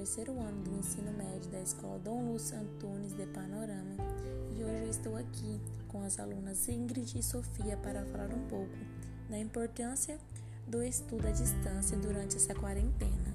terceiro ano do ensino médio da Escola Dom Lúcio Antunes de Panorama e hoje eu estou aqui com as alunas Ingrid e Sofia para falar um pouco da importância do estudo à distância durante essa quarentena.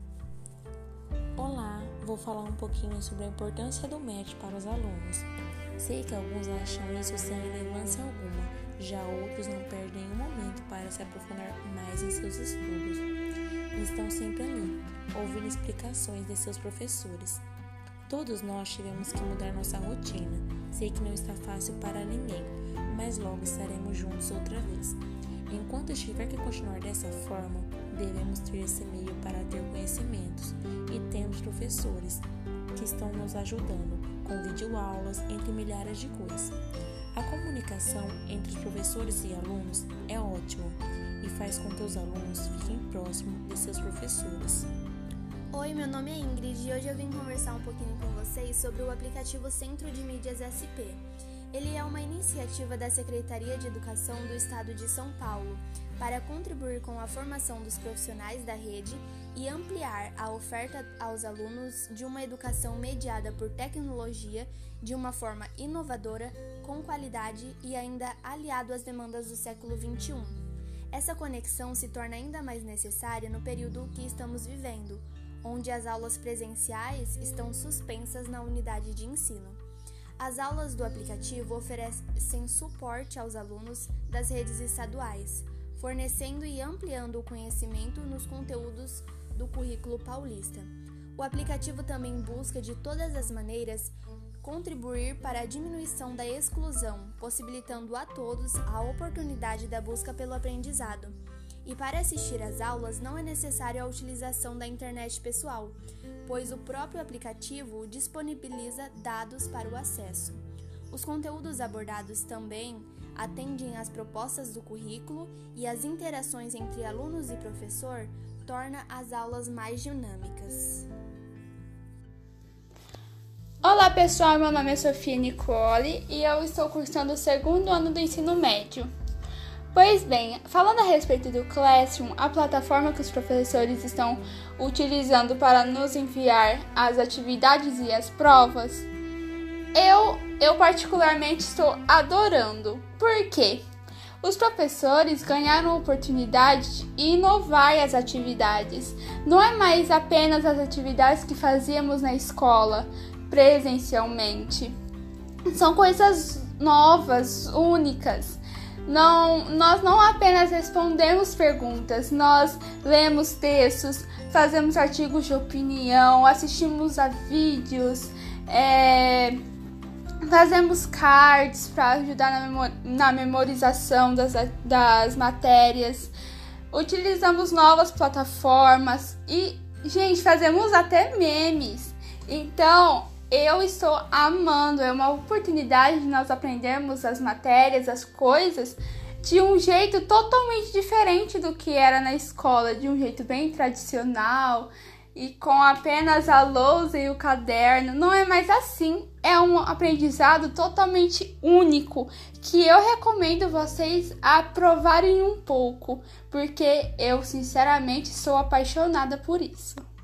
Olá, vou falar um pouquinho sobre a importância do MEC para os alunos. Sei que alguns acham isso sem relevância alguma, já outros não perdem um momento para se aprofundar mais em seus estudos. Estão sempre ali, ouvindo explicações de seus professores. Todos nós tivemos que mudar nossa rotina. Sei que não está fácil para ninguém, mas logo estaremos juntos outra vez. Enquanto tiver que continuar dessa forma, devemos ter esse meio para ter conhecimentos e temos professores que estão nos ajudando com videoaulas, entre milhares de coisas. A comunicação entre os professores e alunos é ótima e faz com que os alunos fiquem próximos de seus professores. Oi, meu nome é Ingrid e hoje eu vim conversar um pouquinho com vocês sobre o aplicativo Centro de Mídias SP. Ele é uma iniciativa da Secretaria de Educação do Estado de São Paulo para contribuir com a formação dos profissionais da rede e ampliar a oferta aos alunos de uma educação mediada por tecnologia de uma forma inovadora, com qualidade e ainda aliado às demandas do século XXI. Essa conexão se torna ainda mais necessária no período que estamos vivendo, onde as aulas presenciais estão suspensas na unidade de ensino. As aulas do aplicativo oferecem suporte aos alunos das redes estaduais, fornecendo e ampliando o conhecimento nos conteúdos do currículo paulista. O aplicativo também busca, de todas as maneiras, contribuir para a diminuição da exclusão, possibilitando a todos a oportunidade da busca pelo aprendizado. E para assistir às aulas não é necessário a utilização da internet pessoal, pois o próprio aplicativo disponibiliza dados para o acesso. Os conteúdos abordados também atendem às propostas do currículo e as interações entre alunos e professor torna as aulas mais dinâmicas. Olá pessoal, meu nome é Sofia Nicole e eu estou cursando o segundo ano do ensino médio. Pois bem, falando a respeito do Classroom, a plataforma que os professores estão utilizando para nos enviar as atividades e as provas, eu particularmente estou adorando. Por quê? Os professores ganharam a oportunidade de inovar as atividades. Não é mais apenas as atividades que fazíamos na escola, presencialmente. São coisas novas, únicas. Nós não apenas respondemos perguntas, nós lemos textos, fazemos artigos de opinião, assistimos a vídeos, fazemos cards para ajudar na memorização das matérias, utilizamos novas plataformas e, gente, fazemos até memes. Então, eu estou amando, é uma oportunidade de nós aprendermos as matérias, as coisas, de um jeito totalmente diferente do que era na escola, de um jeito bem tradicional e com apenas a lousa e o caderno. Não é mais assim, é um aprendizado totalmente único que eu recomendo vocês aprovarem um pouco, porque eu sinceramente sou apaixonada por isso.